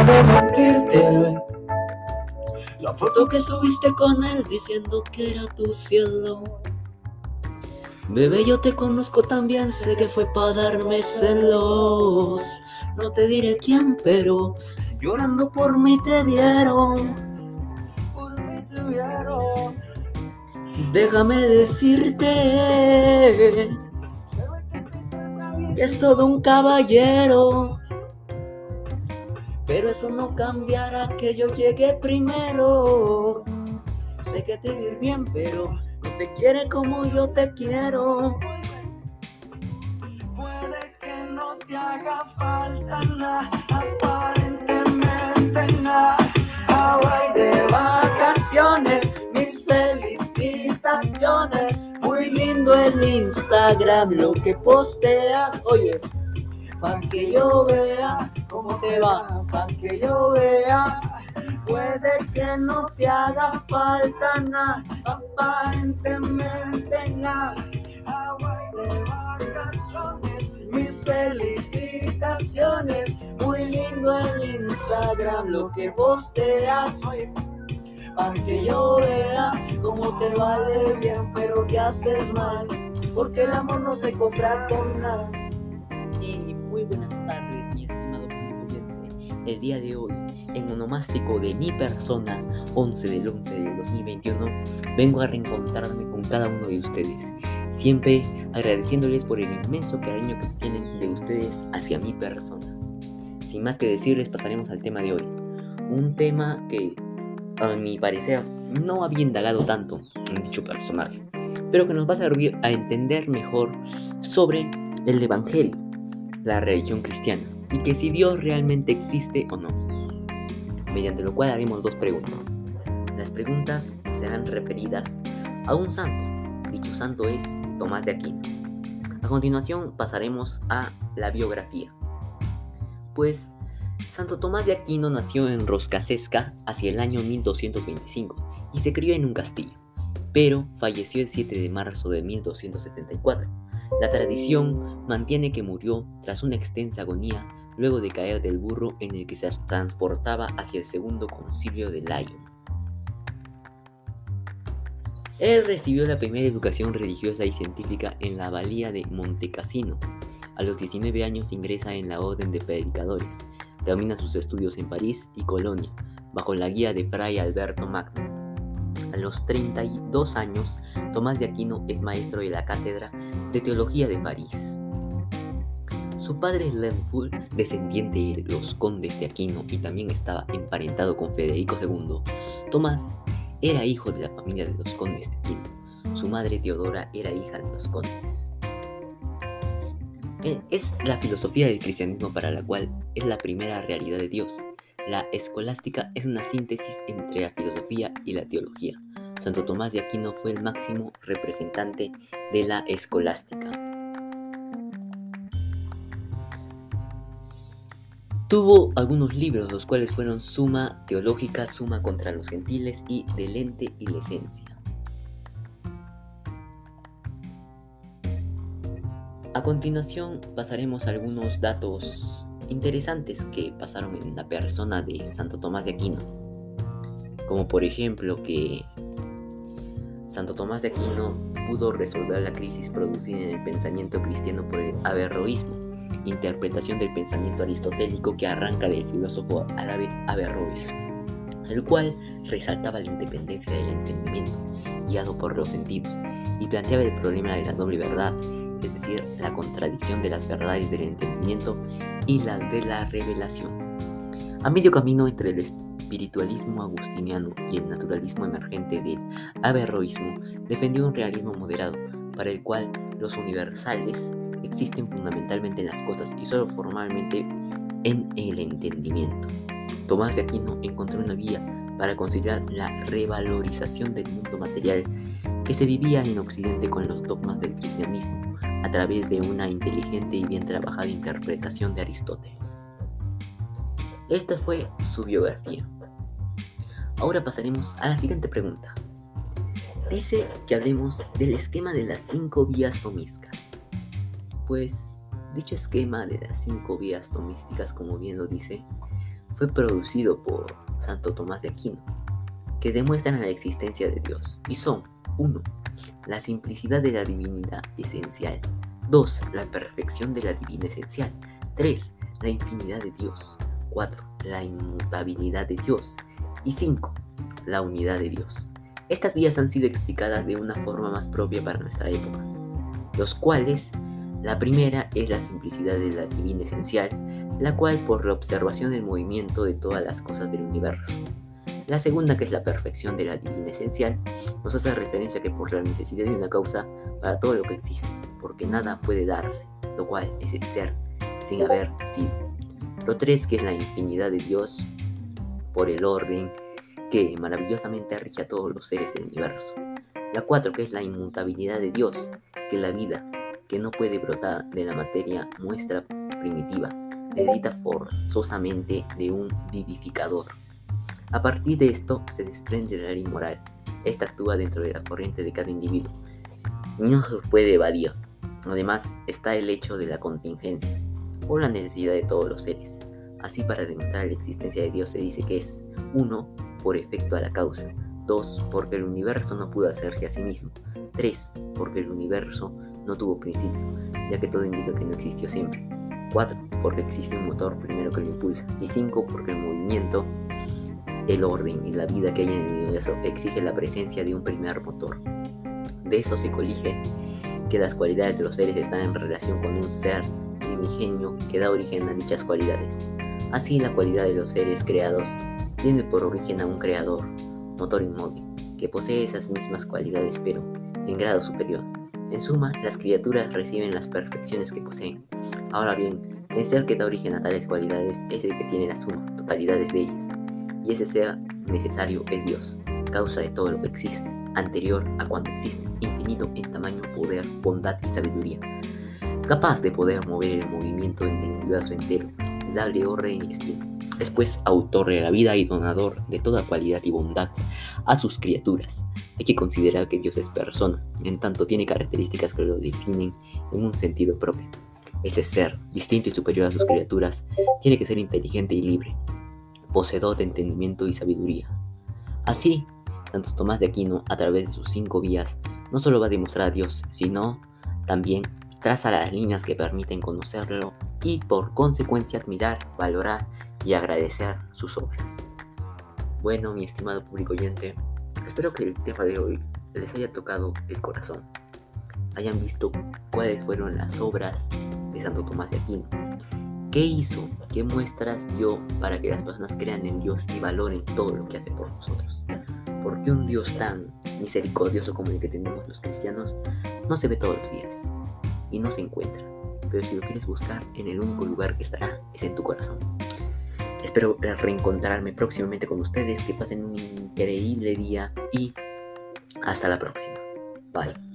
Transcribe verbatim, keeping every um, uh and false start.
de mentirte. La foto que subiste con él diciendo que era tu cielo. Bebé, yo te conozco también, sé que fue para darme celos. No te diré quién, pero llorando por mí te vieron. Por mí te vieron. Déjame decirte que es todo un caballero, pero eso no cambiará que yo llegué primero. Sé que te ir bien, pero no te quiere como yo te quiero. Puede que no te haga falta nada, aparentemente nada. Hawaii de vacaciones, mis felicitaciones. Muy lindo el Instagram, lo que posteas. Oye, pa' que yo vea cómo te va, pa' que yo vea. Puede que no te haga falta nada, aparentemente nada. Hawaii de vacaciones, mis felicitaciones. Muy lindo el Instagram, lo que posteas. Oye, pa' que yo vea cómo te va de bien, pero te haces mal, porque el amor no se compra con nada. Y muy buenas tardes, mi estimado público oyente. El día de hoy, en onomástico de mi persona, once del once del dos mil veintiuno, vengo a reencontrarme con cada uno de ustedes, siempre agradeciéndoles por el inmenso cariño que tienen de ustedes hacia mi persona. Sin más que decirles, pasaremos al tema de hoy. Un tema que, a mi parecer, no había indagado tanto en dicho personaje, pero que nos va a servir a entender mejor sobre el evangelio, la religión cristiana, y que si Dios realmente existe o no, mediante lo cual haremos dos preguntas. Las preguntas serán referidas a un santo. Dicho santo es Tomás de Aquino. A continuación pasaremos a la biografía. Pues Santo Tomás de Aquino nació en Roccasecca hacia el año mil doscientos veinticinco y se crió en un castillo, pero falleció el siete de marzo de mil doscientos setenta y cuatro. La tradición mantiene que murió tras una extensa agonía luego de caer del burro en el que se transportaba hacia el segundo concilio de Lyon. Él recibió la primera educación religiosa y científica en la abadía de Montecassino. A los diecinueve años ingresa en la orden de predicadores. Termina sus estudios en París y Colonia, bajo la guía de Fray Alberto Magno. A los treinta y dos años, Tomás de Aquino es maestro de la Cátedra de Teología de París. Su padre Lemfoul, descendiente de los condes de Aquino y también estaba emparentado con Federico segundo, Tomás era hijo de la familia de los condes de Aquino. Su madre Teodora era hija de los condes. Es la filosofía del cristianismo para la cual es la primera realidad de Dios. La escolástica es una síntesis entre la filosofía y la teología. Santo Tomás de Aquino fue el máximo representante de la escolástica. Tuvo algunos libros, los cuales fueron Suma Teológica, Suma contra los Gentiles y De Lente y Licencia. A continuación pasaremos a algunos datos interesantes que pasaron en la persona de Santo Tomás de Aquino, como por ejemplo que Santo Tomás de Aquino pudo resolver la crisis producida en el pensamiento cristiano por el averroísmo, interpretación del pensamiento aristotélico que arranca del filósofo árabe Averroes, el cual resaltaba la independencia del entendimiento, guiado por los sentidos, y planteaba el problema de la doble verdad, es decir, la contradicción de las verdades del entendimiento y las de la revelación. A medio camino entre el espiritualismo agustiniano y el naturalismo emergente del averroísmo, defendió un realismo moderado, para el cual los universales existen fundamentalmente en las cosas y solo formalmente en el entendimiento. Tomás de Aquino encontró una vía para considerar la revalorización del mundo material que se vivía en Occidente con los dogmas del cristianismo, a través de una inteligente y bien trabajada interpretación de Aristóteles. Esta fue su biografía. Ahora pasaremos a la siguiente pregunta. Dice que hablemos del esquema de las cinco vías tomísticas. Pues dicho esquema de las cinco vías tomísticas, como bien lo dice, fue producido por Santo Tomás de Aquino, que demuestran la existencia de Dios, y son: uno. La simplicidad de la divinidad esencial. dos. La perfección de la divina esencial. tres. La infinidad de Dios. cuatro. La inmutabilidad de Dios. Y cinco. La unidad de Dios. Estas vías han sido explicadas de una forma más propia para nuestra época, los cuales, la primera es la simplicidad de la divina esencial, la cual por la observación del movimiento de todas las cosas del universo. La segunda, que es la perfección de la divina esencial, nos hace referencia que por la necesidad de una causa para todo lo que existe, porque nada puede darse, lo cual es el ser, sin haber sido. Lo tres, que es la infinidad de Dios, por el orden que maravillosamente rige a todos los seres del universo. La cuatro, que es la inmutabilidad de Dios, que la vida, que no puede brotar de la materia muestra primitiva, necesita forzosamente de un vivificador. A partir de esto se desprende la ley moral. Esta actúa dentro de la corriente de cada individuo y no se puede evadir. Además está el hecho de la contingencia o la necesidad de todos los seres. Así, para demostrar la existencia de Dios se dice que es: uno. Por efecto a la causa. dos. Porque el universo no pudo hacerse a sí mismo. tres. Porque el universo no tuvo principio, ya que todo indica que no existió siempre. cuatro. Porque existe un motor primero que lo impulsa. Y cinco. Porque el movimiento, el orden y la vida que hay en el universo exige la presencia de un primer motor. De esto se colige que las cualidades de los seres están en relación con un ser primigenio que da origen a dichas cualidades. Así, la cualidad de los seres creados tiene por origen a un creador, motor inmóvil, que posee esas mismas cualidades pero en grado superior. En suma, las criaturas reciben las perfecciones que poseen. Ahora bien, el ser que da origen a tales cualidades es el que tiene la suma, totalidades de ellas, y ese ser necesario es Dios, causa de todo lo que existe, anterior a cuando existe, infinito en tamaño, poder, bondad y sabiduría, capaz de poder mover el movimiento en el universo entero, darle orden y destino. Es pues autor de la vida y donador de toda cualidad y bondad a sus criaturas. Hay que considerar que Dios es persona, en tanto tiene características que lo definen en un sentido propio. Ese ser, distinto y superior a sus criaturas, tiene que ser inteligente y libre, poseedor de entendimiento y sabiduría. Así, Santo Tomás de Aquino, a través de sus cinco vías, no solo va a demostrar a Dios, sino también traza las líneas que permiten conocerlo y por consecuencia admirar, valorar y agradecer sus obras. Bueno, mi estimado público oyente, espero que el tema de hoy les haya tocado el corazón, hayan visto cuáles fueron las obras de Santo Tomás de Aquino, qué hizo, qué muestras dio para que las personas crean en Dios y valoren todo lo que hace por nosotros. Porque un Dios tan misericordioso como el que tenemos los cristianos no se ve todos los días y no se encuentra, pero si lo quieres buscar, en el único lugar que estará es en tu corazón. Espero reencontrarme próximamente con ustedes, que pasen un increíble día y hasta la próxima. Bye.